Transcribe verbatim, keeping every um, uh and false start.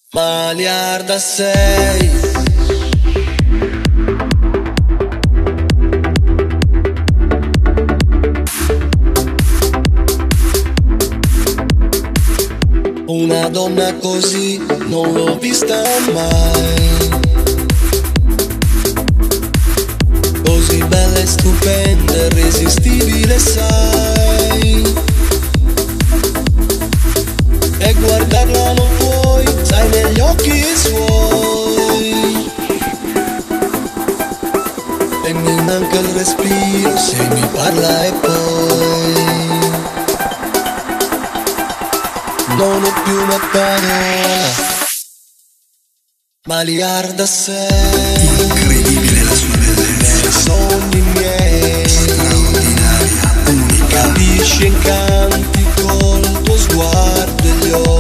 Maliarda sei. Una donna così non l'ho vista mai, così bella e stupenda, irresistibile sai. E guardarla non puoi, sai negli occhi suoi. E mi manca il respiro se mi parla e poi non ho più una parola. Maliarda sei. Incredibile la sua bellezza, nei sogni miei, straordinaria, unica. capisci incanti col tuo sguardo e gli occhi.